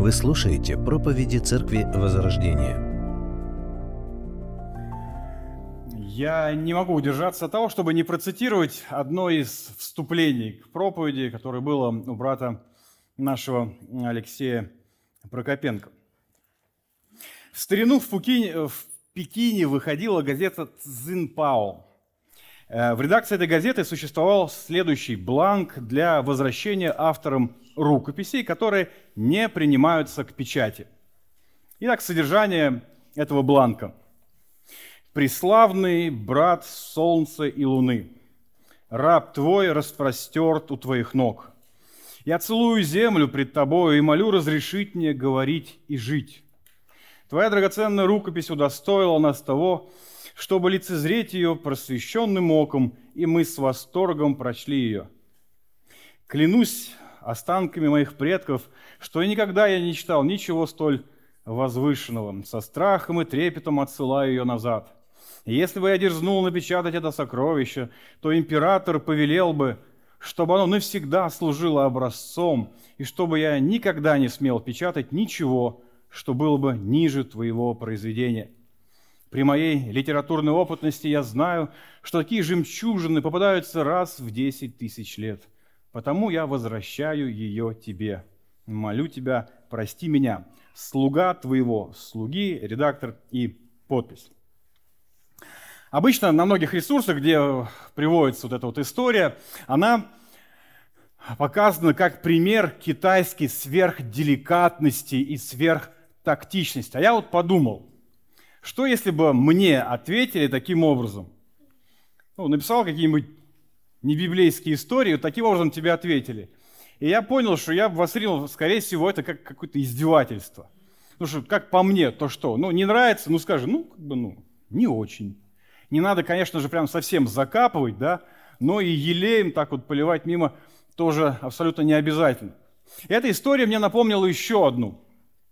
Вы слушаете проповеди Церкви Возрождения. Я не могу удержаться от того, чтобы не процитировать одно из вступлений к проповеди, которое было у брата нашего Алексея Прокопенко. В старину в Пекине выходила газета «Цзиньпао». В редакции этой газеты существовал следующий бланк для возвращения авторам рукописей, которые не принимаются к печати. Итак, содержание этого бланка. «Преславный брат солнца и луны, раб твой распростерт у твоих ног. Я целую землю пред тобою и молю разрешить мне говорить и жить. Твоя драгоценная рукопись удостоила нас того, чтобы лицезреть ее просвещенным оком, и мы с восторгом прочли ее. Клянусь останками моих предков, что никогда я не читал ничего столь возвышенного. Со страхом и трепетом отсылаю ее назад. И если бы я дерзнул напечатать это сокровище, то император повелел бы, чтобы оно навсегда служило образцом, и чтобы я никогда не смел печатать ничего, что было бы ниже твоего произведения. При моей литературной опытности я знаю, что такие жемчужины попадаются раз в 10 тысяч лет. Потому я возвращаю ее тебе. Молю тебя, прости меня. Слуга твоего слуги, редактор и подпись». Обычно на многих ресурсах, где приводится вот эта вот история, она показана как пример китайской сверхделикатности и сверхтактичности. А я вот подумал, что если бы мне ответили таким образом? Написал какие-нибудь небиблейские истории, вот таким образом тебе ответили. И я понял, что я воспринял, скорее всего, это как какое-то издевательство. Потому что, как по мне, то что? Не нравится, скажи, не очень. Не надо, конечно же, прям совсем закапывать, да, но и елеем так вот поливать мимо тоже абсолютно не обязательно. И эта история мне напомнила еще одну.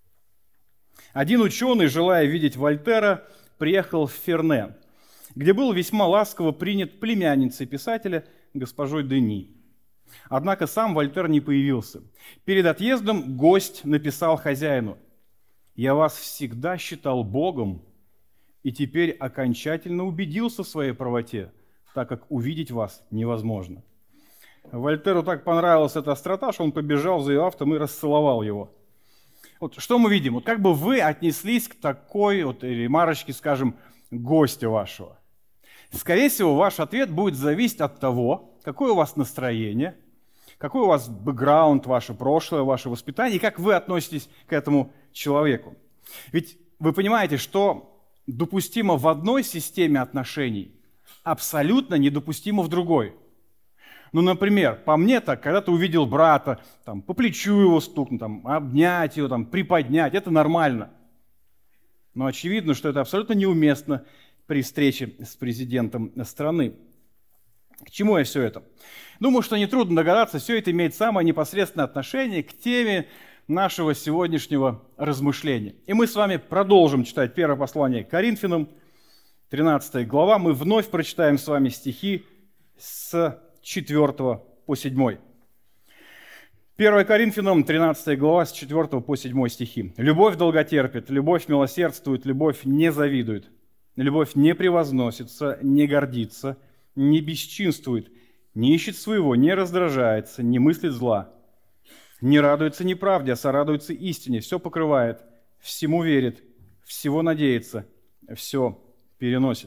Один ученый, желая видеть Вольтера, приехал в Ферне, где был весьма ласково принят племянницей писателя госпожой Дени. Однако сам Вольтер не появился. Перед отъездом гость написал хозяину: «Я вас всегда считал Богом и теперь окончательно убедился в своей правоте, так как увидеть вас невозможно». Вольтеру так понравилась эта острота, что он побежал за ее автом и расцеловал его. Вот что мы видим? Вот как бы вы отнеслись к такой вот ремарочке, скажем, гостя вашего? Скорее всего, ваш ответ будет зависеть от того, какое у вас настроение, какой у вас бэкграунд, ваше прошлое, ваше воспитание, и как вы относитесь к этому человеку. Ведь вы понимаете, что допустимо в одной системе отношений, абсолютно недопустимо в другой. Например, по мне так, когда ты увидел брата, по плечу его стукнуть, обнять его, приподнять, это нормально. Но очевидно, что это абсолютно неуместно при встрече с президентом страны. К чему я все это? Думаю, что нетрудно догадаться, все это имеет самое непосредственное отношение к теме нашего сегодняшнего размышления. И мы с вами продолжим читать первое послание к Коринфянам, 13 глава. Мы вновь прочитаем с вами стихи с 4 по 7. 1 Коринфянам, 13 глава, с 4 по 7 стихи. «Любовь долготерпит, любовь милосердствует, любовь не завидует, любовь не превозносится, не гордится, не бесчинствует, не ищет своего, не раздражается, не мыслит зла, не радуется неправде, а сорадуется истине, все покрывает, всему верит, всего надеется, все переносит».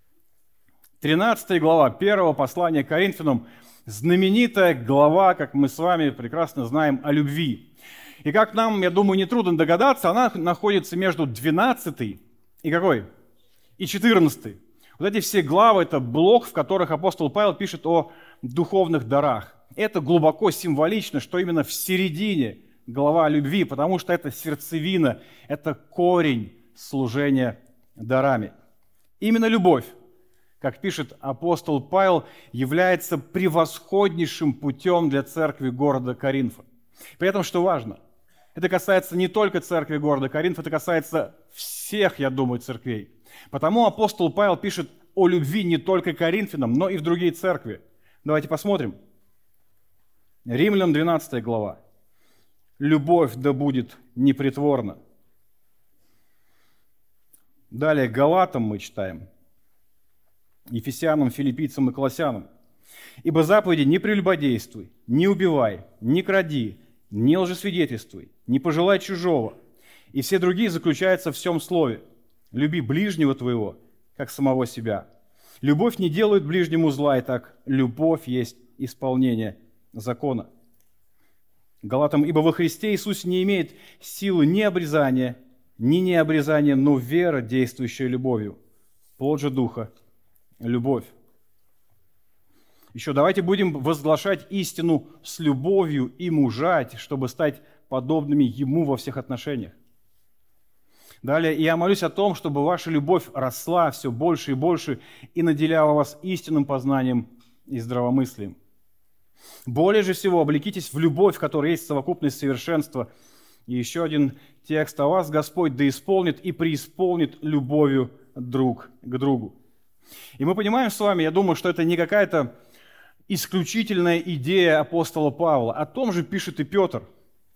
13 глава первого послания к Коринфянам, знаменитая глава, как мы с вами прекрасно знаем, о любви. И как нам, я думаю, нетрудно догадаться, она находится между 12 и какой? И 14. Вот эти все главы – это блок, в которых апостол Павел пишет о духовных дарах. Это глубоко символично, что именно в середине глава о любви, потому что это сердцевина, это корень служения дарами. Именно любовь, как пишет апостол Павел, является превосходнейшим путем для церкви города Коринфа. При этом, что важно, это касается не только церкви города Коринфа, это касается всех, я думаю, церквей. Потому апостол Павел пишет о любви не только к Коринфянам, но и в другие церкви. Давайте посмотрим. Римлянам 12 глава. любовь да будет непритворна. Далее Галатам мы читаем, Ефесянам, Филиппийцам и Колоссянам. «Ибо заповеди: не прелюбодействуй, не убивай, не кради, не лжесвидетельствуй, не пожелай чужого, и все другие заключаются в всем слове. Люби ближнего твоего, как самого себя. Любовь не делает ближнему зла, и так любовь есть исполнение закона». Галатам: «Ибо во Христе Иисусе не имеет силы ни обрезания, ни необрезания, но вера, действующая любовью. Плод же Духа – любовь». Еще давайте будем возглашать истину с любовью и мужать, чтобы стать подобными Ему во всех отношениях. Далее, я молюсь о том, чтобы ваша любовь росла все больше и больше и наделяла вас истинным познанием и здравомыслием. Более же всего облекитесь в любовь, в которой есть совокупность совершенства. И еще один текст: «А вас Господь да исполнит и преисполнит любовью друг к другу». И мы понимаем с вами, я думаю, что это не какая-то исключительная идея апостола Павла. О том же пишет и Петр.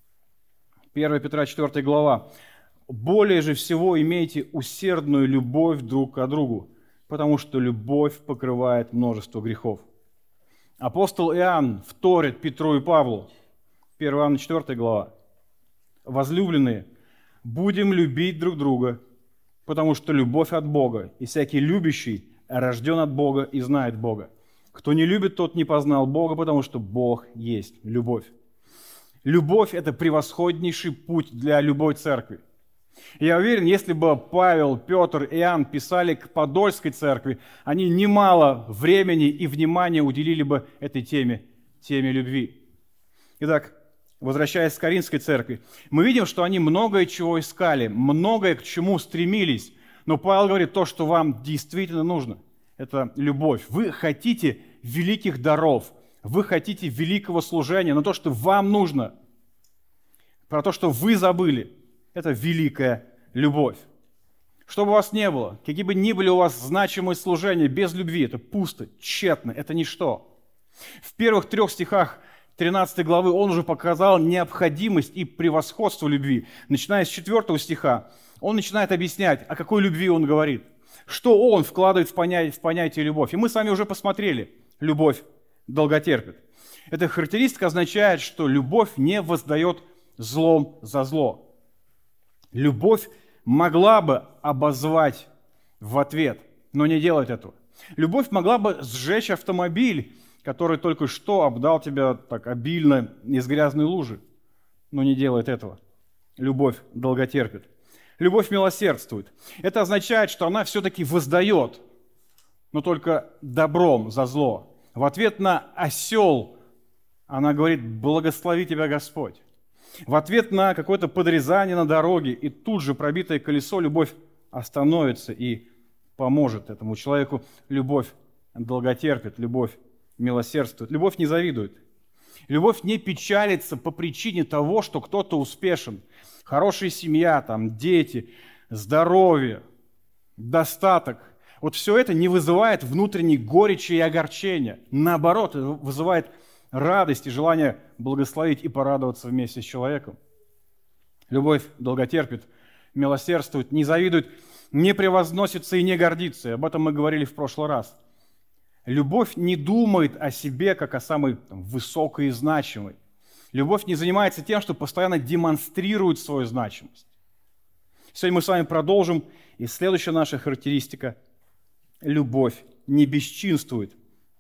1 Петра 4 глава. «Более же всего имейте усердную любовь друг к другу, потому что любовь покрывает множество грехов». Апостол Иоанн вторит Петру и Павлу. 1 Иоанна 4 глава. «Возлюбленные, будем любить друг друга, потому что любовь от Бога, и всякий любящий рожден от Бога и знает Бога. Кто не любит, тот не познал Бога, потому что Бог есть любовь». Любовь – это превосходнейший путь для любой церкви. Я уверен, если бы Павел, Петр и Иоанн писали к Подольской церкви, они немало времени и внимания уделили бы этой теме любви. Итак, возвращаясь к Коринфской церкви, мы видим, что они многое чего искали, многое к чему стремились. Но Павел говорит, то, что вам действительно нужно, это любовь. Вы хотите великих даров, вы хотите великого служения, но то, что вам нужно, про то, что вы забыли, это великая любовь. Что бы у вас не было, какие бы ни были у вас значимые служения, без любви это пусто, тщетно, это ничто. В первых 3 стихах 13 главы он уже показал необходимость и превосходство любви. Начиная с 4 стиха, он начинает объяснять, о какой любви он говорит, что он вкладывает в понятие любовь. И мы с вами уже посмотрели, любовь долготерпит. Эта характеристика означает, что любовь не воздает злом за зло. Любовь могла бы обозвать в ответ, но не делает этого. Любовь могла бы сжечь автомобиль, который только что обдал тебя так обильно из грязной лужи, но не делает этого. Любовь долготерпит. Любовь милосердствует. Это означает, что она все-таки воздает, но только добром за зло. В ответ на осел она говорит: «Благослови тебя Господь». В ответ на какое-то подрезание на дороге и тут же пробитое колесо любовь остановится и поможет этому человеку. Любовь долготерпит, любовь милосердствует, любовь не завидует. Любовь не печалится по причине того, что кто-то успешен. Хорошая семья, там, дети, здоровье, достаток. Вот все это не вызывает внутренней горечи и огорчения. Наоборот, это вызывает радость и желание благословить и порадоваться вместе с человеком. Любовь долготерпит, милосердствует, не завидует, не превозносится и не гордится. Об этом мы говорили в прошлый раз. Любовь не думает о себе, как о самой высокой и значимой. Любовь не занимается тем, что постоянно демонстрирует свою значимость. Сегодня мы с вами продолжим, и следующая наша характеристика – любовь не бесчинствует.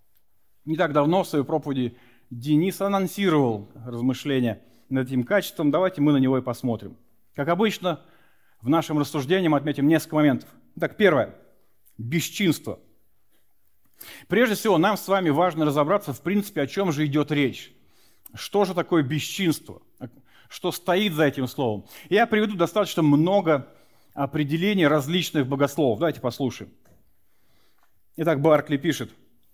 Не так давно в своей проповеди Денис анонсировал размышления над этим качеством. Давайте мы на него и посмотрим. Как обычно, в нашем рассуждении мы отметим несколько моментов. Итак, первое – бесчинство. Прежде всего, нам с вами важно разобраться, в принципе, о чем же идет речь. Что же такое бесчинство? Что стоит за этим словом? Я приведу достаточно много определений различных богословов. Давайте послушаем. Итак, Баркли пишет: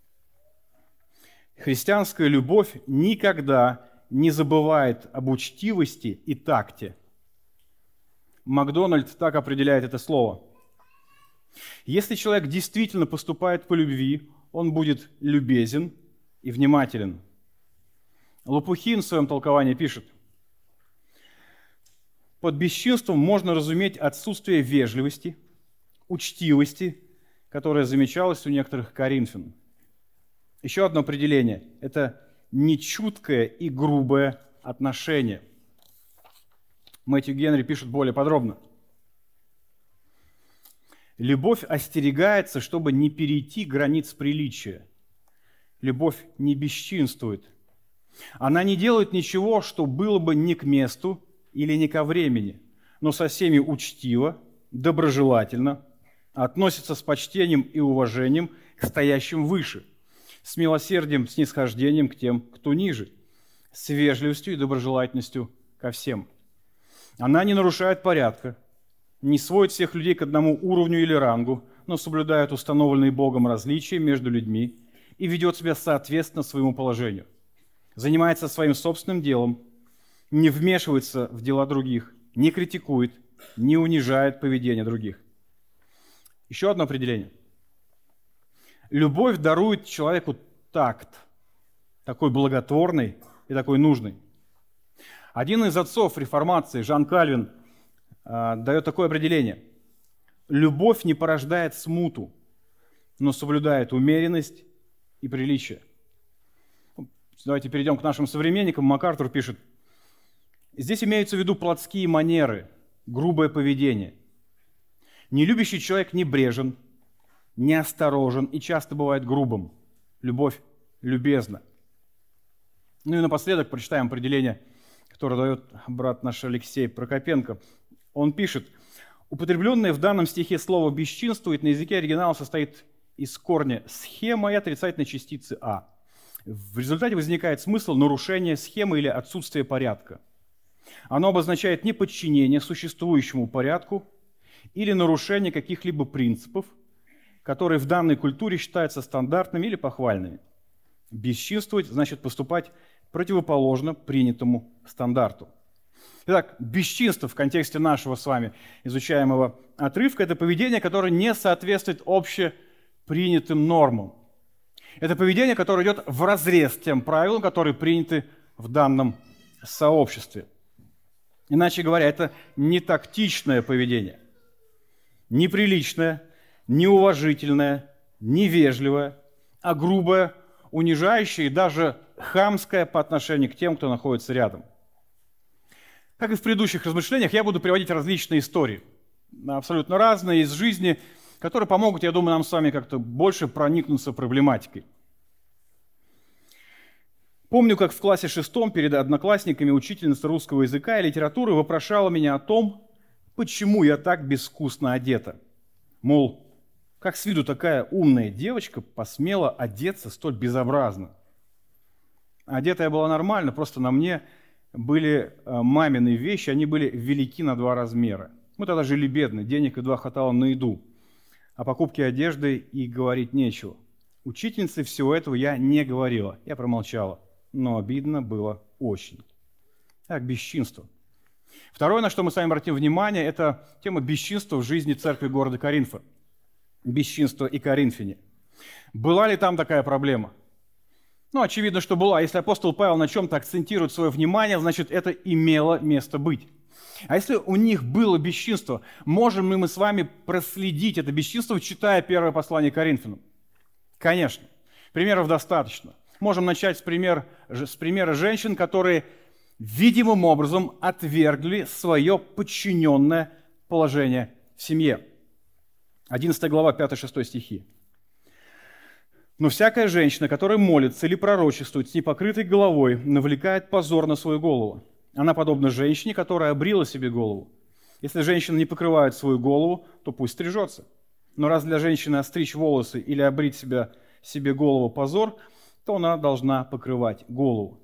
«Христианская любовь никогда не забывает об учтивости и такте». Макдональд так определяет это слово. Если человек действительно поступает по любви, он будет любезен и внимателен. Лопухин в своем толковании пишет: Под бесчинством можно разуметь отсутствие вежливости, учтивости, которое замечалось у некоторых коринфян. Еще одно определение – это нечуткое и грубое отношение. Мэтью Генри пишет более подробно. Любовь остерегается, чтобы не перейти границ приличия. Любовь не бесчинствует. Она не делает ничего, что было бы не к месту или не ко времени, но со всеми учтиво, доброжелательно, относится с почтением и уважением к стоящим выше, с милосердием, снисхождением к тем, кто ниже, с вежливостью и доброжелательностью ко всем. Она не нарушает порядка, не сводит всех людей к одному уровню или рангу, но соблюдает установленные Богом различия между людьми и ведет себя соответственно своему положению. Занимается своим собственным делом, не вмешивается в дела других, не критикует, не унижает поведение других. Еще одно определение. Любовь дарует человеку такт, такой благотворный и такой нужный. Один из отцов реформации, Жан Кальвин, дает такое определение. Любовь не порождает смуту, но соблюдает умеренность и приличие. Давайте перейдем к нашим современникам. МакАртур пишет, здесь имеются в виду плотские манеры, грубое поведение. Нелюбящий человек небрежен, неосторожен и часто бывает грубым. Любовь любезна. Ну и напоследок прочитаем определение, которое дает брат наш Алексей Прокопенко. Он пишет, употребленное в данном стихе слово «бесчинствует» на языке оригинала состоит из корня «схема» и отрицательной частицы «а». В результате возникает смысл нарушения схемы или отсутствия порядка. Оно обозначает неподчинение существующему порядку или нарушение каких-либо принципов, которые в данной культуре считаются стандартными или похвальными. Бесчинствовать значит поступать противоположно принятому стандарту. Итак, бесчинство в контексте нашего с вами изучаемого отрывка – это поведение, которое не соответствует общепринятым нормам. Это поведение, которое идет вразрез тем правилам, которые приняты в данном сообществе. Иначе говоря, это не тактичное поведение, неприличное, неуважительное, невежливое, а грубое, унижающее и даже хамское по отношению к тем, кто находится рядом. Как и в предыдущих размышлениях, я буду приводить различные истории, абсолютно разные из жизни, которые помогут, я думаю, нам с вами как-то больше проникнуться проблематикой. Помню, как в классе 6 перед одноклассниками учительница русского языка и литературы вопрошала меня о том, почему я так безвкусно одета. Мол, как с виду такая умная девочка посмела одеться столь безобразно. Одета я была нормально, просто на мне были мамины вещи, они были велики на 2 размера. Мы тогда жили бедно, денег едва хватало на еду. О покупке одежды и говорить нечего. Учительнице всего этого я не говорила, я промолчала. Но обидно было очень. Так, бесчинство. Второе, на что мы с вами обратим внимание, это тема бесчинства в жизни церкви города Коринфа. Бесчинство и коринфяне. Была ли там такая проблема? Очевидно, что была. Если апостол Павел на чем-то акцентирует свое внимание, значит, это имело место быть. А если у них было бесчинство, можем ли мы с вами проследить это бесчинство, читая первое послание к Коринфянам? Конечно. Примеров достаточно. Можем начать с примера женщин, которые видимым образом отвергли свое подчиненное положение в семье. 11 глава, 5-6 стихи. «Но всякая женщина, которая молится или пророчествует с непокрытой головой, навлекает позор на свою голову. Она подобна женщине, которая обрила себе голову. Если женщина не покрывает свою голову, то пусть стрижется. Но раз для женщины остричь волосы или обрить себе голову позор, то она должна покрывать голову».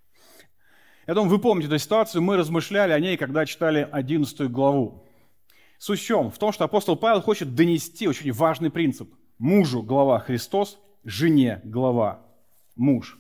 Я думаю, вы помните эту ситуацию, мы размышляли о ней, когда читали 11 главу. Суть в чем? В том, что апостол Павел хочет донести очень важный принцип. Мужу глава Христос, жене глава муж.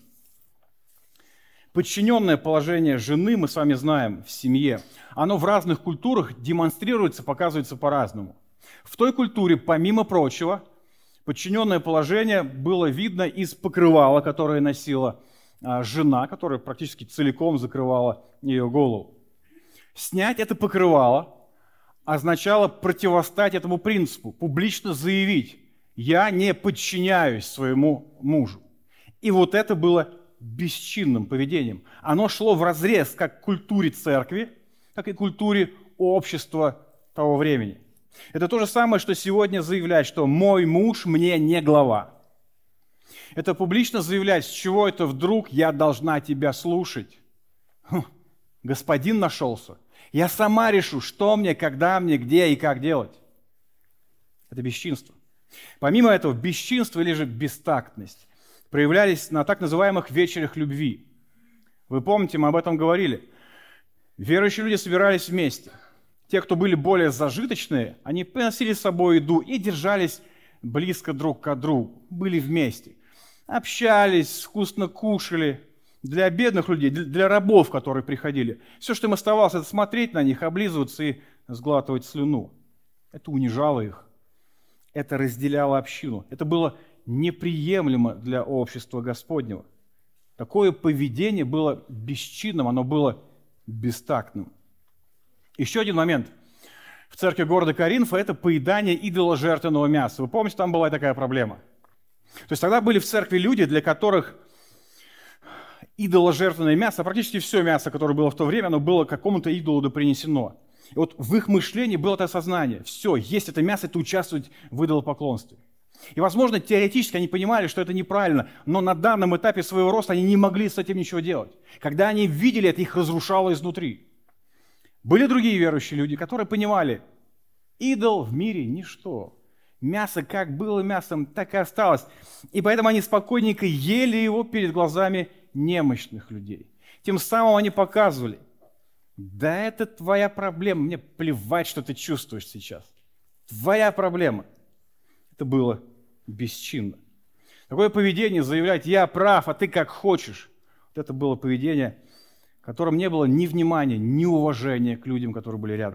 Подчиненное положение жены, мы с вами знаем, в семье, оно в разных культурах демонстрируется, показывается по-разному. В той культуре, помимо прочего, подчиненное положение было видно из покрывала, которое носила жена, которая практически целиком закрывала ее голову. Снять это покрывало означало противостать этому принципу, публично заявить: «Я не подчиняюсь своему мужу». И вот это было бесчинным поведением. Оно шло вразрез как к культуре церкви, так и к культуре общества того времени. Это то же самое, что сегодня заявлять, что «мой муж мне не глава». Это публично заявлять, с чего это вдруг я должна тебя слушать. Господин нашелся. Я сама решу, что мне, когда мне, где и как делать. Это бесчинство. Помимо этого, бесчинство или же бестактность проявлялись на так называемых вечерах любви. Вы помните, мы об этом говорили. Верующие люди собирались вместе. Те, кто были более зажиточные, они приносили с собой еду и держались близко друг к другу, были вместе. Общались, вкусно кушали. Для бедных людей, для рабов, которые приходили, все, что им оставалось, это смотреть на них, облизываться и сглатывать слюну. Это унижало их. Это разделяло общину. Это было неприемлемо для общества Господнего. Такое поведение было бесчинным, оно было бестактным. Еще один момент. В церкви города Коринфа это поедание идоложертвенного мяса. Вы помните, там была такая проблема? То есть тогда были в церкви люди, для которых идоложертвенное мясо, практически все мясо, которое было в то время, оно было какому-то идолу принесено. И вот в их мышлении было это осознание. Все, есть это мясо, это участвовать в идолопоклонстве. И, возможно, теоретически они понимали, что это неправильно, но на данном этапе своего роста они не могли с этим ничего делать. Когда они видели это, их разрушало изнутри. Были другие верующие люди, которые понимали, идол в мире – ничто. Мясо как было мясом, так и осталось. И поэтому они спокойненько ели его перед глазами немощных людей. Тем самым они показывали: да это твоя проблема, мне плевать, что ты чувствуешь сейчас. Твоя проблема. Это было бесчинно. Такое поведение, заявлять «я прав, а ты как хочешь», вот это было поведение, в котором не было ни внимания, ни уважения к людям, которые были рядом.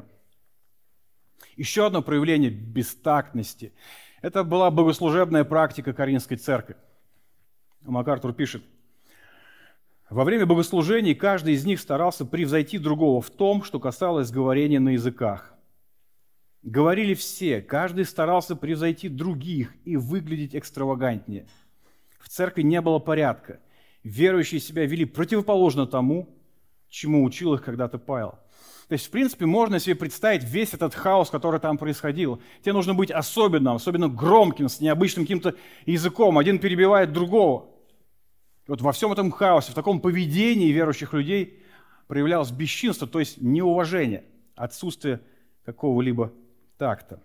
Еще одно проявление бестактности – это была богослужебная практика Коринфской церкви. МакАртур пишет: во время богослужений каждый из них старался превзойти другого в том, что касалось говорения на языках. Говорили все, каждый старался превзойти других и выглядеть экстравагантнее. В церкви не было порядка. Верующие себя вели противоположно тому, чему учил их когда-то Павел. То есть, в принципе, можно себе представить весь этот хаос, который там происходил. Тебе нужно быть особенно громким, с необычным каким-то языком. Один перебивает другого. И вот во всем этом хаосе, в таком поведении верующих людей проявлялось бесчинство, то есть неуважение, отсутствие какого-либо такта.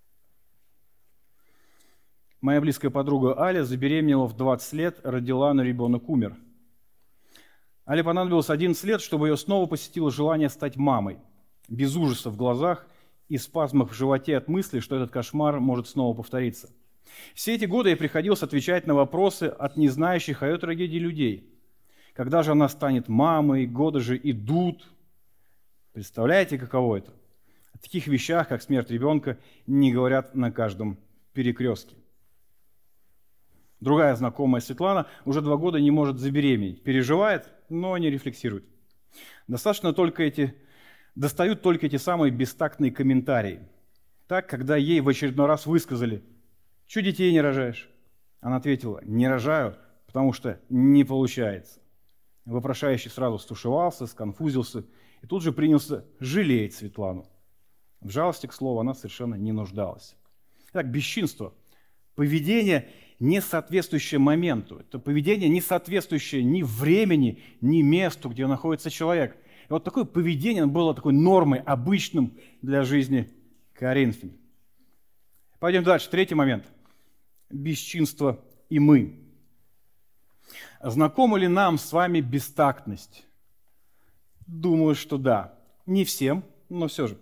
Моя близкая подруга Аля забеременела в 20 лет, родила, но ребенок умер. Але понадобилось 11 лет, чтобы ее снова посетило желание стать мамой, без ужаса в глазах и спазмов в животе от мысли, что этот кошмар может снова повториться. Все эти годы ей приходилось отвечать на вопросы от незнающих о ее трагедии людей. Когда же она станет мамой, годы же идут. Представляете, каково это? О таких вещах, как смерть ребенка, не говорят на каждом перекрестке. Другая знакомая Светлана уже 2 года не может забеременеть. Переживает, но не рефлексирует. Достают только эти самые бестактные комментарии. Так, когда ей в очередной раз высказали: «Чего детей не рожаешь?» Она ответила: «Не рожаю, потому что не получается». Вопрошающий сразу стушевался, сконфузился и тут же принялся жалеть Светлану. В жалости, к слову, она совершенно не нуждалась. Итак, бесчинство. Поведение, не соответствующее моменту. Это поведение, не соответствующее ни времени, ни месту, где находится человек. И вот такое поведение было такой нормой, обычным для жизни коринфян. Пойдем дальше. 3-й момент. Бесчинство и мы. Знакома ли нам с вами бестактность? Думаю, что да. Не всем, но все же.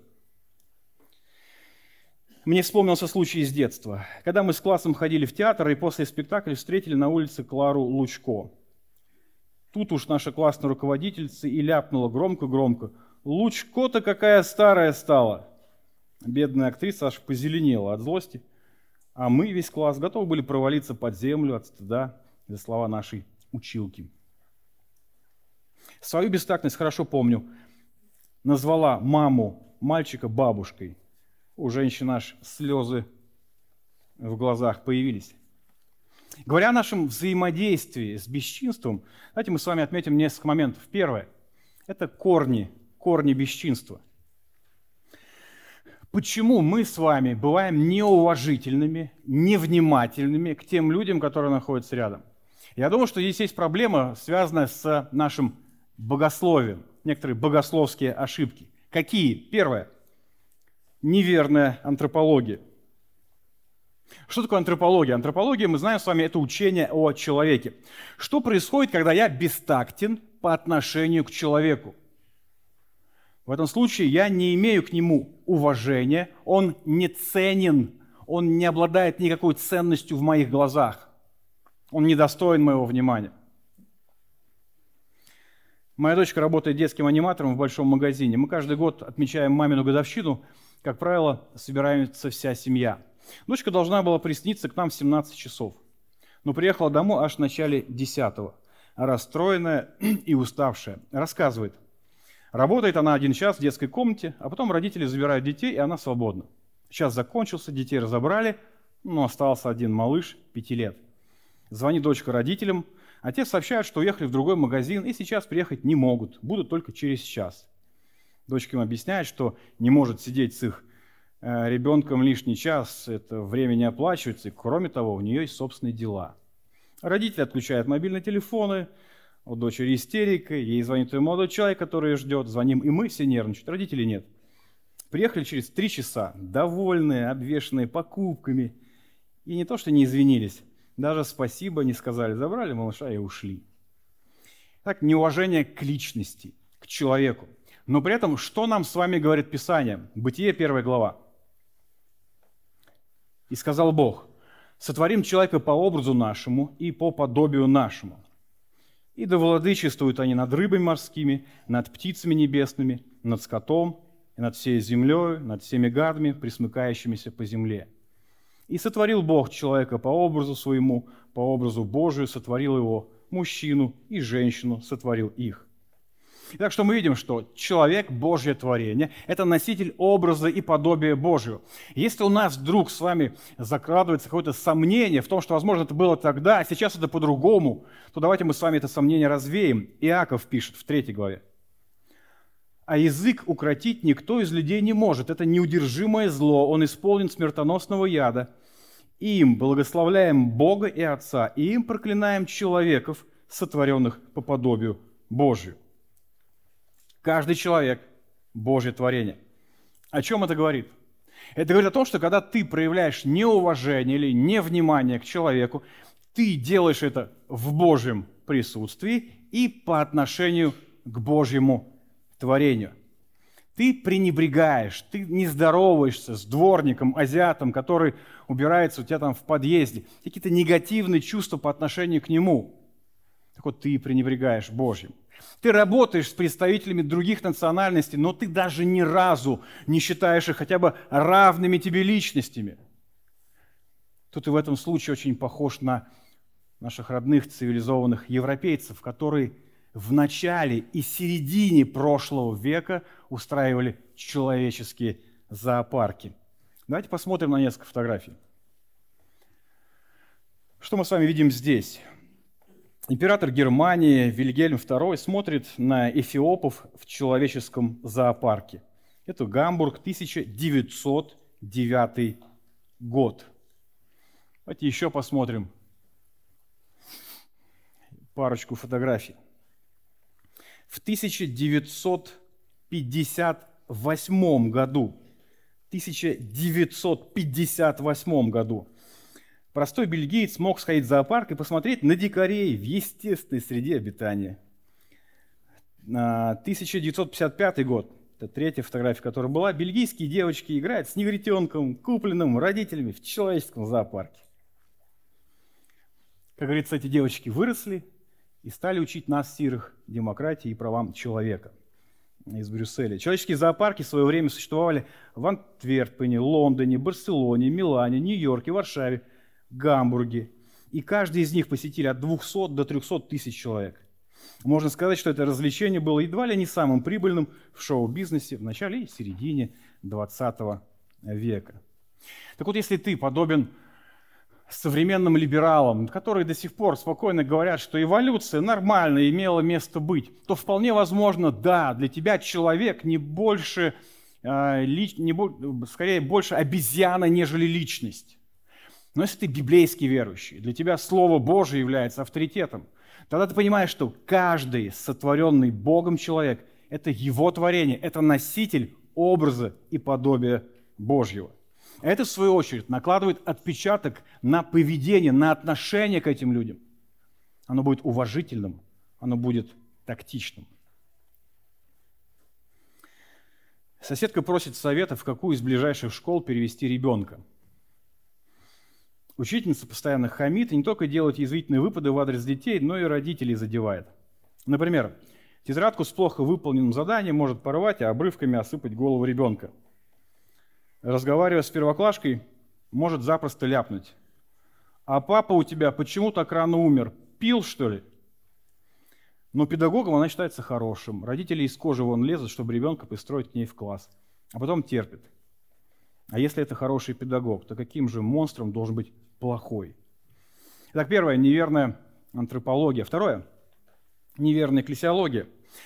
Мне вспомнился случай из детства, когда мы с классом ходили в театр и после спектакля встретили на улице Клару Лучко. Тут уж наша классная руководительница и ляпнула громко-громко: «Лучко-то какая старая стала!» Бедная актриса аж позеленела от злости, а мы, весь класс, готовы были провалиться под землю от стыда за слова нашей училки. Свою бестактность хорошо помню. назвала маму мальчика бабушкой. У женщин аж слезы в глазах появились. Говоря о нашем взаимодействии с бесчинством, давайте мы с вами отметим несколько моментов. Первое – это корни бесчинства. Почему мы с вами бываем неуважительными, невнимательными к тем людям, которые находятся рядом? Я думаю, что здесь есть проблема, связанная с нашим богословием, некоторые богословские ошибки. Какие? Первое – неверная антропология. Что такое антропология? Антропология, мы знаем с вами, это учение о человеке. Что происходит, когда я бестактен по отношению к человеку? В этом случае я не имею к нему уважения, он не ценен, он не обладает никакой ценностью в моих глазах, он недостоин моего внимания. Моя дочка работает детским аниматором в большом магазине. Мы каждый год отмечаем мамину годовщину, как правило, собирается вся семья. Дочка должна была присниться к нам в 17 часов, но приехала домой аж в начале 10-го, расстроенная и уставшая. Рассказывает. Работает она 1 час в детской комнате, а потом родители забирают детей, и она свободна. Час закончился, детей разобрали, но остался один малыш 5 лет. Звонит дочка родителям, а те сообщают, что уехали в другой магазин и сейчас приехать не могут, будут только через час. Дочка им объясняет, что не может сидеть с их ребенком лишний час, это время не оплачивается, и кроме того, у нее есть собственные дела. Родители отключают мобильные телефоны, у дочери истерика, ей звонит ее молодой человек, который ее ждет, звоним и мы, все нервничают, родителей нет. Приехали через 3 часа, довольные, обвешанные покупками, и не то что не извинились, даже спасибо не сказали, забрали малыша и ушли. Так, неуважение к личности, к человеку. Но при этом, что нам с вами говорит Писание? Бытие, 1 глава. «И сказал Бог, сотворим человека по образу нашему и по подобию нашему. И да владычествуют они над рыбами морскими, над птицами небесными, над скотом, и над всей землей, над всеми гадами, пресмыкающимися по земле. И сотворил Бог человека по образу своему, по образу Божию сотворил его, мужчину и женщину сотворил их». Итак, что мы видим, что человек – Божье творение, это носитель образа и подобия Божьего. Если у нас вдруг с вами закрадывается какое-то сомнение в том, что, возможно, это было тогда, а сейчас это по-другому, то давайте мы с вами это сомнение развеем. Иаков пишет в 3 главе. «А язык укротить никто из людей не может, это неудержимое зло, он исполнен смертоносного яда. Им благословляем Бога и Отца, и им проклинаем человеков, сотворенных по подобию Божию». Каждый человек – Божье творение. О чем это говорит? Это говорит о том, что когда ты проявляешь неуважение или невнимание к человеку, ты делаешь это в Божьем присутствии и по отношению к Божьему творению. Ты пренебрегаешь, ты не здороваешься с дворником, азиатом, который убирается у тебя там в подъезде. Какие-то негативные чувства по отношению к нему. Так вот, ты пренебрегаешь Божьим. Ты работаешь с представителями других национальностей, но ты даже ни разу не считаешь их хотя бы равными тебе личностями. То ты в этом случае очень похож на наших родных цивилизованных европейцев, которые в начале и середине прошлого века устраивали человеческие зоопарки. Давайте посмотрим на несколько фотографий. Что мы с вами видим здесь? Император Германии Вильгельм II смотрит на эфиопов в человеческом зоопарке. Это Гамбург, 1909 год. Давайте еще посмотрим парочку фотографий. В 1958 году простой бельгиец мог сходить в зоопарк и посмотреть на дикарей в естественной среде обитания. 1955 год, это 3-я фотография, которая была, бельгийские девочки играют с негритенком, купленным родителями в человеческом зоопарке. Как говорится, эти девочки выросли и стали учить нас, сирых, демократии и правам человека из Брюсселя. Человеческие зоопарки в свое время существовали в Антверпене, Лондоне, Барселоне, Милане, Нью-Йорке, Варшаве, Гамбурге. И каждый из них посетили от 200 до 300 тысяч человек. Можно сказать, что это развлечение было едва ли не самым прибыльным в шоу-бизнесе в начале и середине 20 века. Так вот, если ты подобен современным либералам, которые до сих пор спокойно говорят, что эволюция нормально имела место быть, то вполне возможно, да, для тебя человек не больше, скорее больше обезьяна, нежели личность. Но если ты библейский верующий, для тебя Слово Божие является авторитетом, тогда ты понимаешь, что каждый сотворенный Богом человек – это его творение, это носитель образа и подобия Божьего. Это, в свою очередь, накладывает отпечаток на поведение, на отношение к этим людям. Оно будет уважительным, оно будет тактичным. Соседка просит совета, в какую из ближайших школ перевести ребенка. Учительница постоянно хамит и не только делает язвительные выпады в адрес детей, но и родителей задевает. Например, тетрадку с плохо выполненным заданием может порвать, а обрывками осыпать голову ребенка. Разговаривая с первоклашкой, может запросто ляпнуть: «А папа у тебя почему так рано умер? Пил, что ли?» Но педагогом она считается хорошим. Родители из кожи вон лезут, чтобы ребенка пристроить к ней в класс. А потом терпит. А если это хороший педагог, то каким же монстром должен быть плохой? Итак, первое – неверная антропология. Второе – неверная экклесиология.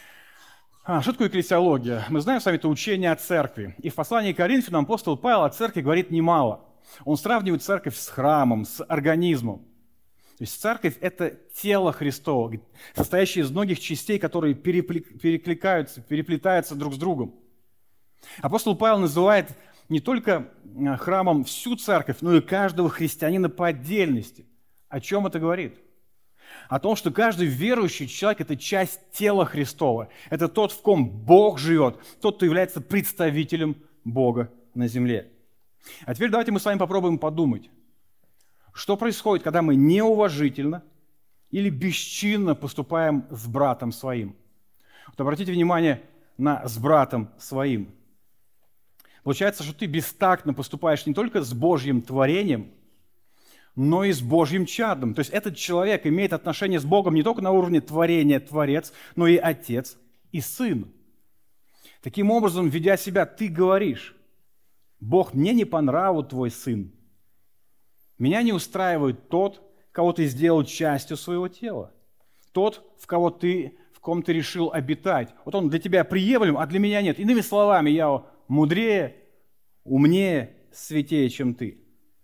Что такое экклесиология? Мы знаем с вами это учение о церкви. И в послании к Коринфянам апостол Павел о церкви говорит немало. Он сравнивает церковь с храмом, с организмом. То есть церковь – это тело Христово, состоящее из многих частей, которые перекликаются, переплетаются друг с другом. Апостол Павел называет не только храмом всю церковь, но и каждого христианина по отдельности. О чем это говорит? О том, что каждый верующий человек – это часть тела Христова. Это тот, в ком Бог живет, тот, кто является представителем Бога на земле. А теперь давайте мы с вами попробуем подумать, что происходит, когда мы неуважительно или бесчинно поступаем с братом своим. Вот обратите внимание на «с братом своим». Получается, что ты бестактно поступаешь не только с Божьим творением, но и с Божьим чадом. То есть этот человек имеет отношение с Богом не только на уровне творения, Творец, но и Отец и Сын. Таким образом, ведя себя, ты говоришь: «Бог, мне не по нраву твой сын. Меня не устраивает тот, кого ты сделал частью своего тела. Тот, в ком ты решил обитать. Вот он для тебя приемлем, а для меня нет. Иными словами, я мудрее, умнее, святее, чем ты».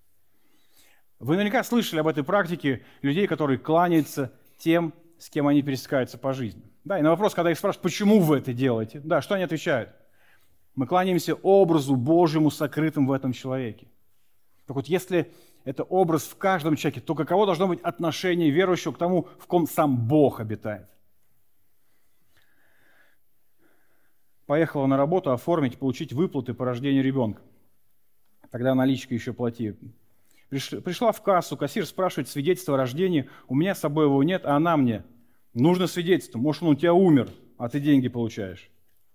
Вы наверняка слышали об этой практике людей, которые кланяются тем, с кем они пересекаются по жизни. Да, и на вопрос, когда их спрашивают, почему вы это делаете, да, что они отвечают? Мы кланяемся образу Божьему, сокрытым в этом человеке. Так вот, если это образ в каждом человеке, то каково должно быть отношение верующего к тому, в ком сам Бог обитает? Поехала на работу оформить, получить выплаты по рождению ребенка. Тогда наличка еще плати. Пришла в кассу, кассир спрашивает свидетельство о рождении, у меня с собой его нет, а она мне: нужно свидетельство, может, он у тебя умер, а ты деньги получаешь.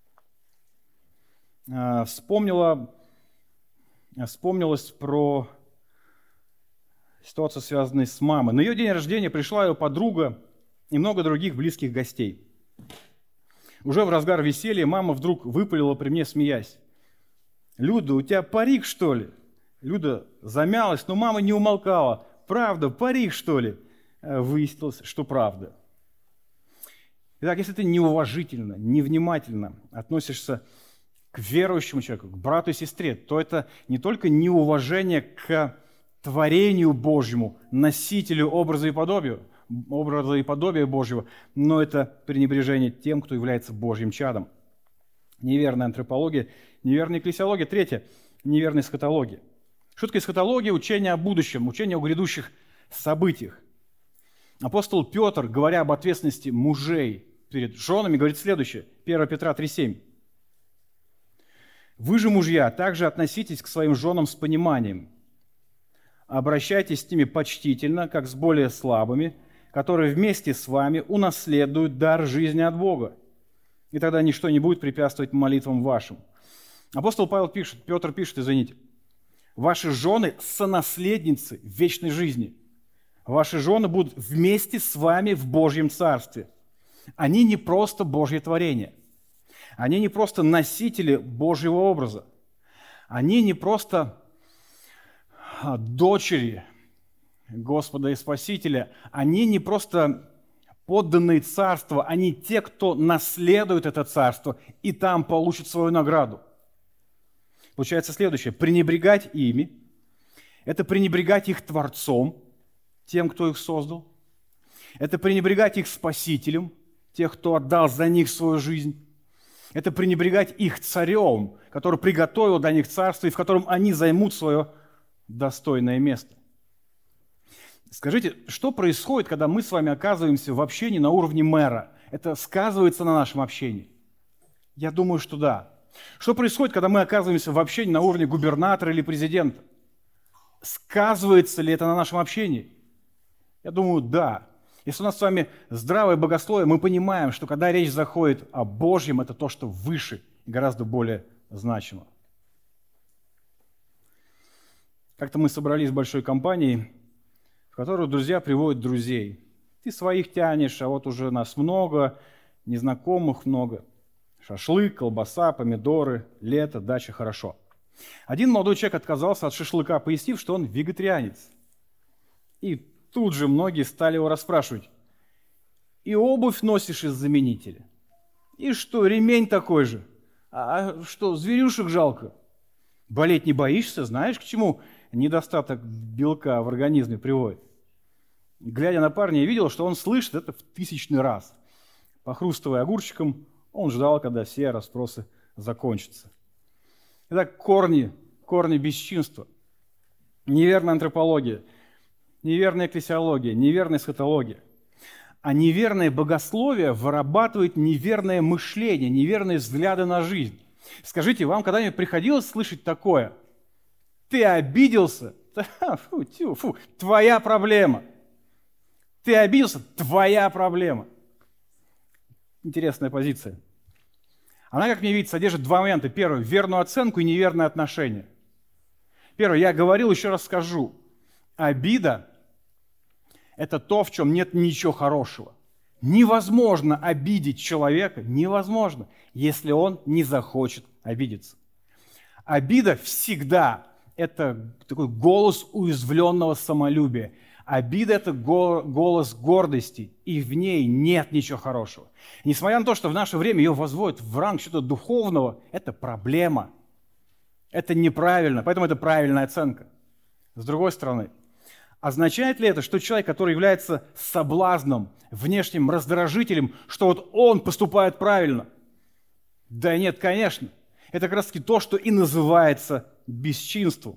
Вспомнилась про ситуацию, связанную с мамой. На ее день рождения пришла ее подруга и много других близких гостей. Уже в разгар веселья мама вдруг выпалила при мне, смеясь: «Люда, у тебя парик, что ли?» Люда замялась, но мама не умолкала. «Правда, парик, что ли?» Выяснилось, что правда. Итак, если ты неуважительно, невнимательно относишься к верующему человеку, к брату и сестре, то это не только неуважение к творению Божьему, носителю образа и подобия Божьего, но это пренебрежение тем, кто является Божьим чадом. Неверная антропология, неверная экклесиология. Третье – неверная эсхатология. Что такое эсхатология? Учение о будущем, учение о грядущих событиях. Апостол Петр, говоря об ответственности мужей перед женами, говорит следующее. 1 Петра 3,7. «Вы же, мужья, также относитесь к своим женам с пониманием. Обращайтесь с ними почтительно, как с более слабыми, которые вместе с вами унаследуют дар жизни от Бога. И тогда ничто не будет препятствовать молитвам вашим». Апостол Петр пишет, «Ваши жены – сонаследницы вечной жизни. Ваши жены будут вместе с вами в Божьем Царстве. Они не просто Божье творение. Они не просто носители Божьего образа. Они не просто дочери Господа и Спасителя. Они не просто подданные царства, они те, кто наследует это царство и там получит свою награду. Получается следующее. Пренебрегать ими – это пренебрегать их Творцом, тем, кто их создал. Это пренебрегать их Спасителем, тех, кто отдал за них свою жизнь. Это пренебрегать их Царем, который приготовил для них царство, и в котором они займут свое достойное место. Скажите, что происходит, когда мы с вами оказываемся в общении на уровне мэра? Это сказывается на нашем общении? Я думаю, что да. Что происходит, когда мы оказываемся в общении на уровне губернатора или президента? Сказывается ли это на нашем общении? Я думаю, да. Если у нас с вами здравое богословие, мы понимаем, что когда речь заходит о Божьем, это то, что выше и гораздо более значимо. Как-то мы собрались в большой компании, в которую друзья приводят друзей. Ты своих тянешь, а вот уже нас много, незнакомых много. Шашлык, колбаса, помидоры, лето, дача, хорошо. Один молодой человек отказался от шашлыка, пояснив, что он вегетарианец. И тут же многие стали его расспрашивать. И обувь носишь из заменителя? И что, ремень такой же? А что, зверюшек жалко? Болеть не боишься? Знаешь, к чему недостаток белка в организме приводит? Глядя на парня, я видел, что он слышит это в 1000-й раз. Похрустывая огурчиком, он ждал, когда все расспросы закончатся. Итак, корни бесчинства. Неверная антропология, неверная экклесиология, неверная эсхатология. А неверное богословие вырабатывает неверное мышление, неверные взгляды на жизнь. Скажите, вам когда-нибудь приходилось слышать такое? Ты обиделся? Фу, твоя проблема. Ты обиделся? Твоя проблема. Интересная позиция. Она, как мне видится, содержит два момента. Первое – верную оценку и неверное отношение. Первое, я говорил, еще раз скажу. Обида – это то, в чем нет ничего хорошего. Невозможно обидеть человека, невозможно, если он не захочет обидеться. Обида всегда – это такой голос уязвленного самолюбия. Обида – это голос гордости, и в ней нет ничего хорошего. Несмотря на то, что в наше время ее возводят в ранг чего-то духовного, это проблема. Это неправильно, поэтому это правильная оценка. С другой стороны, означает ли это, что человек, который является соблазном, внешним раздражителем, что вот он поступает правильно? Да нет, конечно. Это как раз-таки то, что и называется бесчинством.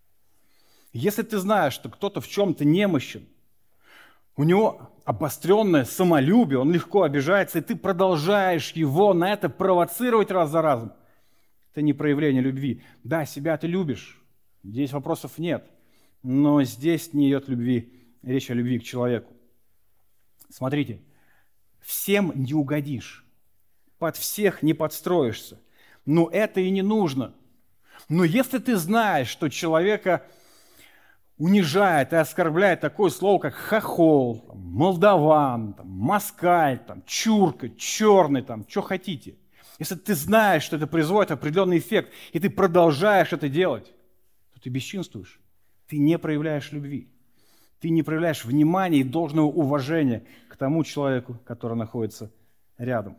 Если ты знаешь, что кто-то в чем-то немощен, у него обостренное самолюбие, он легко обижается, и ты продолжаешь его на это провоцировать раз за разом, это не проявление любви. Да, себя ты любишь, здесь вопросов нет, но здесь не идет речь о любви к человеку. Смотрите, всем не угодишь, под всех не подстроишься, но это и не нужно. Но если ты знаешь, что человека унижает и оскорбляет такое слово, как хохол, молдаван, москаль, чурка, черный, что хотите. Если ты знаешь, что это производит определенный эффект, и ты продолжаешь это делать, то ты бесчинствуешь. Ты не проявляешь любви. Ты не проявляешь внимания и должного уважения к тому человеку, который находится рядом.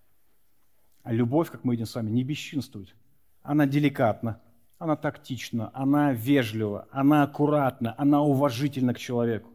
А любовь, как мы видим с вами, не бесчинствует. Она деликатна. Она тактична, она вежлива, она аккуратна, она уважительна к человеку.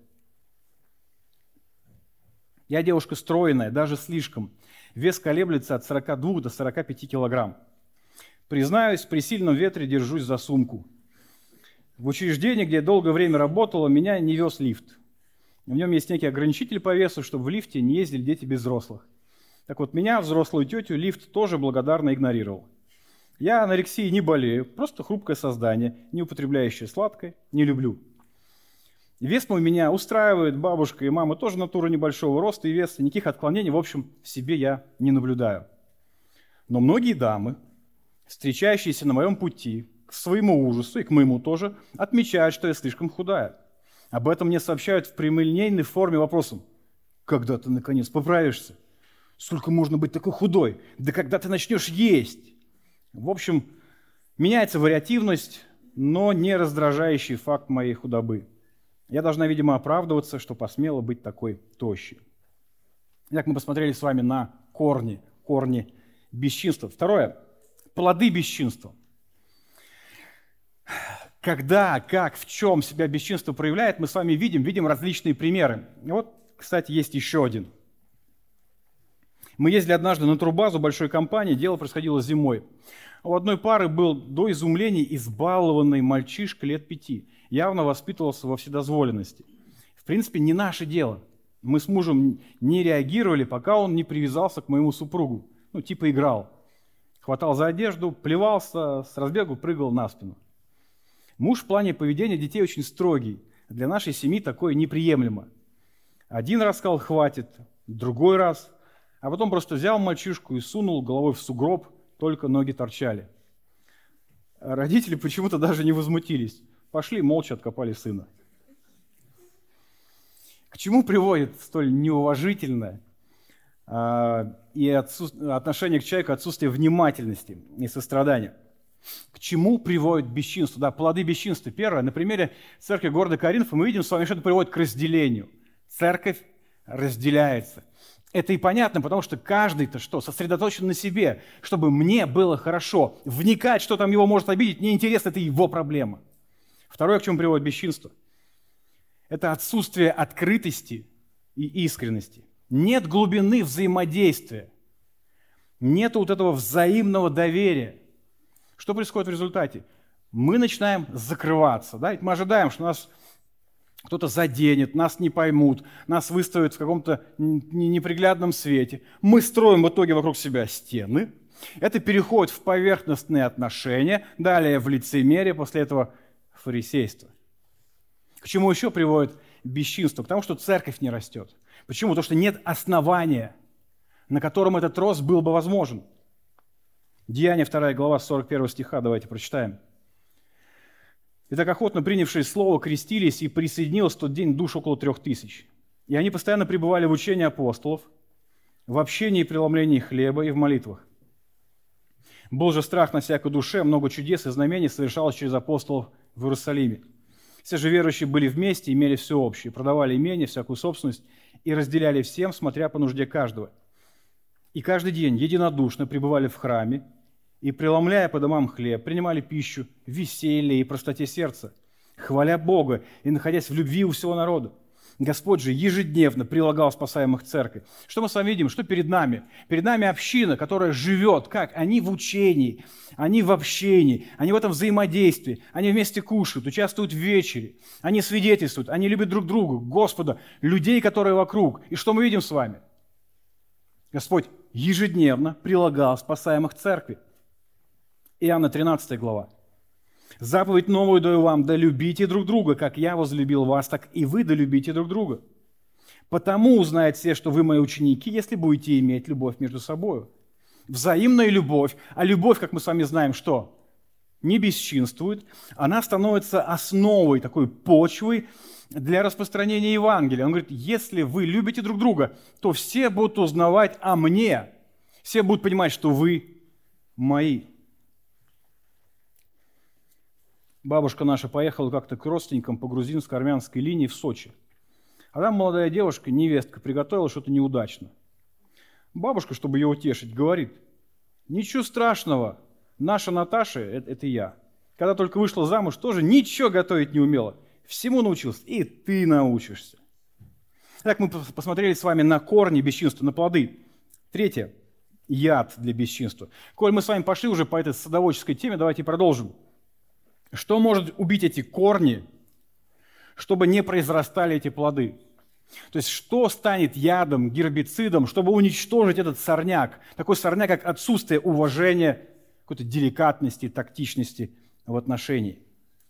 Я девушка стройная, даже слишком. Вес колеблется от 42 до 45 килограмм. Признаюсь, при сильном ветре держусь за сумку. В учреждении, где я долгое время работала, меня не вез лифт. В нем есть некий ограничитель по весу, чтобы в лифте не ездили дети без взрослых. Так вот, меня, взрослую тетю, лифт тоже благодарно игнорировал. Я анорексией не болею, просто хрупкое создание, не употребляющее сладкое, не люблю. Вес мой меня устраивает, бабушка и мама тоже натура небольшого роста и веса, никаких отклонений, в общем, в себе я не наблюдаю. Но многие дамы, встречающиеся на моем пути, к своему ужасу и к моему тоже, отмечают, что я слишком худая. Об этом мне сообщают в прямолинейной форме вопросом: когда ты, наконец, поправишься? Сколько можно быть такой худой? Да когда ты начнешь есть? В общем, меняется вариативность, но не раздражающий факт моей худобы. Я должна, видимо, оправдываться, что посмела быть такой тощей. Итак, мы посмотрели с вами на корни бесчинства. Второе – плоды бесчинства. Когда, как, в чем себя бесчинство проявляет, мы с вами видим различные примеры. И вот, кстати, есть еще один. Мы ездили однажды на турбазу большой компании, дело происходило зимой. У одной пары был до изумления избалованный мальчишка лет 5, явно воспитывался во вседозволенности. В принципе, не наше дело. Мы с мужем не реагировали, пока он не привязался к моему супругу. Типа играл. Хватал за одежду, плевался, с разбегу прыгал на спину. Муж в плане поведения детей очень строгий. Для нашей семьи такое неприемлемо. Один раз сказал «хватит», другой раз, а потом просто взял мальчишку и сунул головой в сугроб, только ноги торчали. Родители почему-то даже не возмутились. Пошли, молча откопали сына. К чему приводит столь неуважительное и отношение к человеку отсутствие внимательности и сострадания? К чему приводит бесчинство? Да, плоды бесчинства. Первое, на примере церкви города Коринфа мы видим с вами, что это приводит к разделению. Церковь разделяется. Это и понятно, потому что каждый-то что? Сосредоточен на себе, чтобы мне было хорошо. Вникать, что там его может обидеть, неинтересно, это его проблема. Второе, к чему приводит бесчинство, это отсутствие открытости и искренности. Нет глубины взаимодействия. Нет вот этого взаимного доверия. Что происходит в результате? Мы начинаем закрываться. Да? Ведь мы ожидаем, что нас кто-то заденет, нас не поймут, нас выставят в каком-то неприглядном свете. Мы строим в итоге вокруг себя стены. Это переходит в поверхностные отношения, далее в лицемерие, после этого фарисейство. К чему еще приводит бесчинство? К тому, что церковь не растет. Почему? Потому что нет основания, на котором этот рост был бы возможен. Деяния 2 глава 41 стиха, давайте прочитаем. «Итак, охотно принявшие слово крестились, и присоединилось в тот день душ около 3000. И они постоянно пребывали в учении апостолов, в общении и преломлении хлеба и в молитвах. Был же страх на всякой душе, много чудес и знамений совершалось через апостолов в Иерусалиме. Все же верующие были вместе, имели все общее, продавали имение, всякую собственность и разделяли всем, смотря по нужде каждого. И каждый день единодушно пребывали в храме, и, преломляя по домам хлеб, принимали пищу в веселье и простоте сердца, хваля Бога и находясь в любви у всего народа. Господь же ежедневно прилагал спасаемых к церкви». Что мы с вами видим? Что перед нами? Перед нами община, которая живет. Как? Они в учении, они в общении, они в этом взаимодействии, они вместе кушают, участвуют в вечере, они свидетельствуют, они любят друг друга, Господа, людей, которые вокруг. И что мы видим с вами? Господь ежедневно прилагал спасаемых к церкви. Иоанна 13 глава. «Заповедь новую даю вам, да любите друг друга, как я возлюбил вас, так и вы да любите друг друга. Потому узнают все, что вы мои ученики, если будете иметь любовь между собой». Взаимная любовь, а любовь, как мы с вами знаем, что? Не бесчинствует, она становится основой, такой почвой для распространения Евангелия. Он говорит, если вы любите друг друга, то все будут узнавать о мне, все будут понимать, что вы мои. Бабушка наша поехала как-то к родственникам по грузинско-армянской линии в Сочи. А там молодая девушка, невестка, приготовила что-то неудачно. Бабушка, чтобы ее утешить, говорит, ничего страшного, наша Наташа, это я, когда только вышла замуж, тоже ничего готовить не умела. Всему научилась, и ты научишься. Так мы посмотрели с вами на корни бесчинства, на плоды. Третье – яд для бесчинства. Коль мы с вами пошли уже по этой садоводческой теме, давайте продолжим. Что может убить эти корни, чтобы не произрастали эти плоды? То есть что станет ядом, гербицидом, чтобы уничтожить этот сорняк? Такой сорняк, как отсутствие уважения, какой-то деликатности, тактичности в отношении.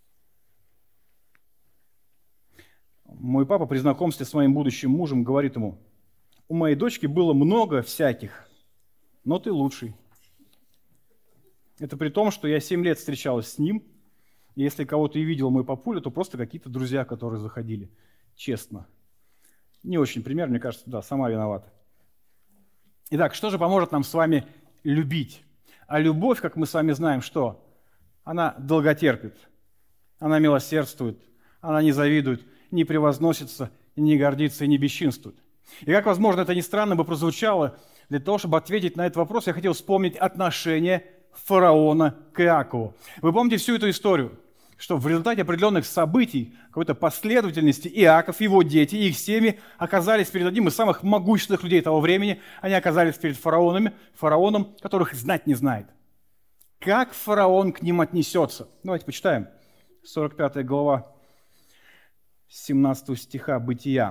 Мой папа при знакомстве с моим будущим мужем говорит ему, у моей дочки было много всяких, но ты лучший. Это при том, что я 7 лет встречалась с ним, и если кого-то и видел мой папуля, то просто какие-то друзья, которые заходили. Честно. Не очень пример, мне кажется, да, сама виновата. Итак, что же поможет нам с вами любить? А любовь, как мы с вами знаем, что? Она долготерпит, она милосердствует, она не завидует, не превозносится, не гордится и не бесчинствует. И как, возможно, это ни странно бы прозвучало, для того, чтобы ответить на этот вопрос, я хотел вспомнить отношение фараона к Иакову. Вы помните всю эту историю, что в результате определенных событий, какой-то последовательности, Иаков, его дети и их семьи оказались перед одним из самых могущественных людей того времени. Они оказались перед фараоном, которых знать не знает. Как фараон к ним отнесется? Давайте почитаем. 45 глава 17 стиха Бытия.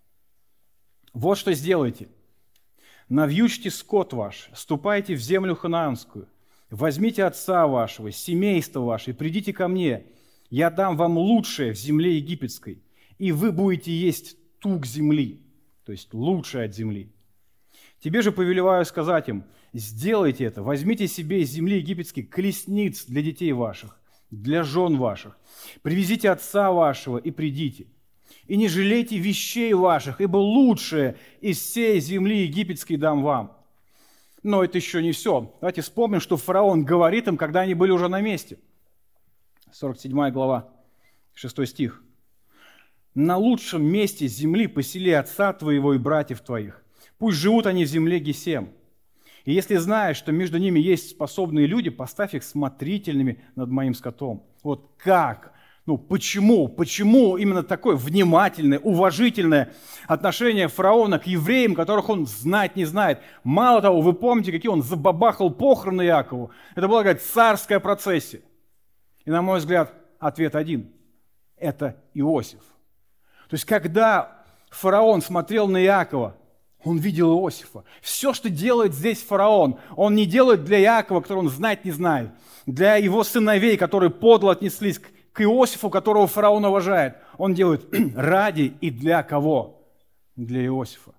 «Вот что сделайте. Навьючьте скот ваш, ступайте в землю ханаанскую, возьмите отца вашего, семейство ваше, и придите ко мне. Я дам вам лучшее в земле египетской, и вы будете есть тук земли», то есть лучшее от земли. «Тебе же повелеваю сказать им, сделайте это, возьмите себе из земли египетской колесниц для детей ваших, для жен ваших, привезите отца вашего и придите. И не жалейте вещей ваших, ибо лучшее из всей земли египетской дам вам». Но это еще не все. Давайте вспомним, что фараон говорит им, когда они были уже на месте. 47 глава, 6 стих. «На лучшем месте земли посели отца твоего и братьев твоих. Пусть живут они в земле Гесем. И если знаешь, что между ними есть способные люди, поставь их смотрительными над моим скотом». Вот как? Почему именно такое внимательное, уважительное отношение фараона к евреям, которых он знать не знает? Мало того, вы помните, какие он забабахал похороны Иакову? Это была какая-то царская процессия. И, на мой взгляд, ответ один – это Иосиф. То есть, когда фараон смотрел на Иакова, он видел Иосифа. Все, что делает здесь фараон, он не делает для Иакова, которого он знать не знает, для его сыновей, которые подло отнеслись к Иосифу, которого фараон уважает. Он делает ради и для кого? Для Иосифа.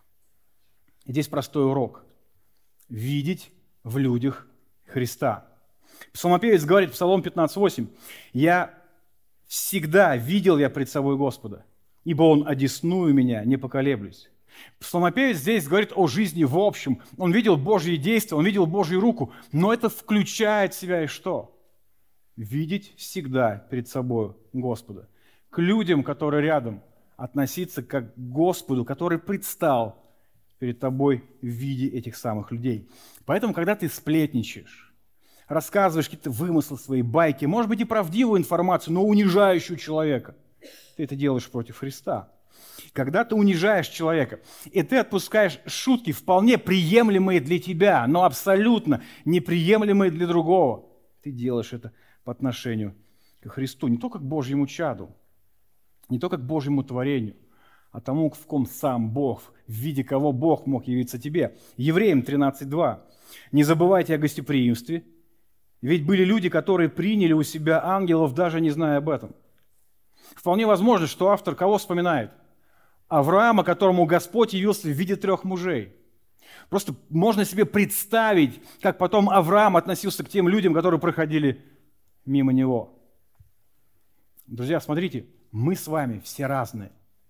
И здесь простой урок. Видеть в людях Христа. Псалмопевец говорит, Псалом 15:8, «Я всегда видел я пред собой Господа, ибо Он одесную меня, не поколеблюсь». Псалмопевец здесь говорит о жизни в общем. Он видел Божьи действия, он видел Божью руку, но это включает в себя и что? Видеть всегда перед собой Господа. К людям, которые рядом, относиться как к Господу, который предстал перед тобой в виде этих самых людей. Поэтому, когда ты сплетничаешь, рассказываешь какие-то вымыслы, свои байки, может быть и правдивую информацию, но унижающую человека, ты это делаешь против Христа. Когда ты унижаешь человека, и ты отпускаешь шутки, вполне приемлемые для тебя, но абсолютно неприемлемые для другого, ты делаешь это по отношению к Христу, не только к Божьему чаду, не только к Божьему творению, а тому, в ком сам Бог, в виде кого Бог мог явиться тебе. Евреям 13:2. «Не забывайте о гостеприимстве, ведь были люди, которые приняли у себя ангелов, даже не зная об этом». Вполне возможно, что автор кого вспоминает? Авраама, которому Господь явился в виде 3 мужей. Просто можно себе представить, как потом Авраам относился к тем людям, которые проходили мимо него. Друзья, смотрите, мы с вами все разные.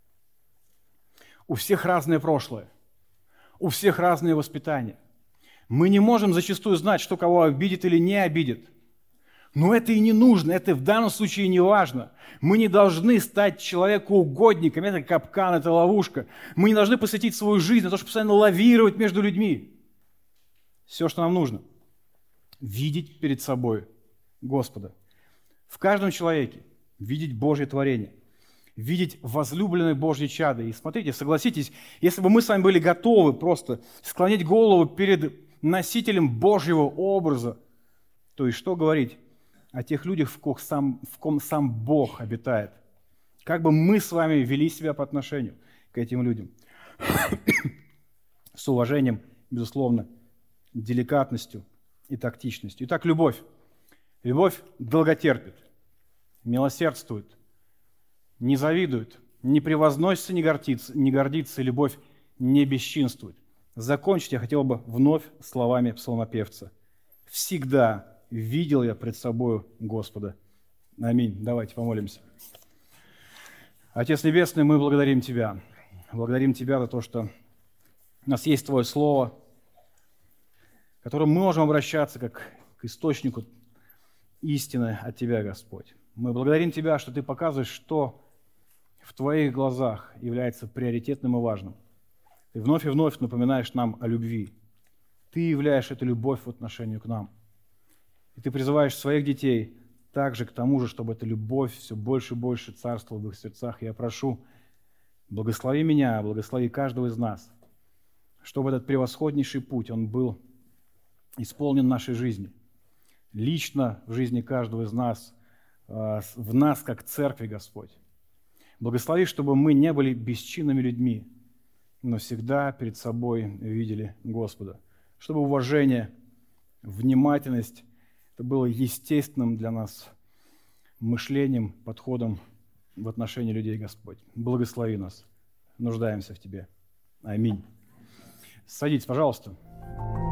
У всех разное прошлое, у всех разное воспитание. Мы не можем зачастую знать, что кого обидит или не обидит. Но это и не нужно, это в данном случае не важно. Мы не должны стать человеку угодником, это капкан, это ловушка. Мы не должны посвятить свою жизнь на то, чтобы постоянно лавировать между людьми. Все, что нам нужно – видеть перед собой Господа. В каждом человеке видеть Божье творение, видеть возлюбленное Божье чадо. И смотрите, согласитесь, если бы мы с вами были готовы просто склонить голову перед носителем Божьего образа, то и что говорить о тех людях, в ком сам Бог обитает? Как бы мы с вами вели себя по отношению к этим людям? С уважением, безусловно, деликатностью и тактичностью. Итак, любовь. Любовь долготерпит, милосердствует, не завидует, не превозносится, не гордится, и любовь не бесчинствует. Закончить я хотел бы вновь словами псалмопевца. «Всегда видел я пред собою Господа». Аминь. Давайте помолимся. Отец Небесный, мы благодарим Тебя. Благодарим Тебя за то, что у нас есть Твое Слово, которым мы можем обращаться как к источнику истины от Тебя, Господь. Мы благодарим Тебя, что Ты показываешь, что в Твоих глазах является приоритетным и важным. Ты вновь и вновь напоминаешь нам о любви. Ты являешь эту любовь в отношении к нам. И Ты призываешь своих детей также к тому же, чтобы эта любовь все больше и больше царствовала в их сердцах. Я прошу, благослови меня, благослови каждого из нас, чтобы этот превосходнейший путь, он был исполнен в нашей жизни, лично в жизни каждого из нас, в нас как церкви, Господь. Благослови, чтобы мы не были бесчинными людьми, но всегда перед собой видели Господа. Чтобы уважение, внимательность это было естественным для нас мышлением, подходом в отношении людей, Господь. Благослови нас. Нуждаемся в Тебе. Аминь. Садитесь, пожалуйста.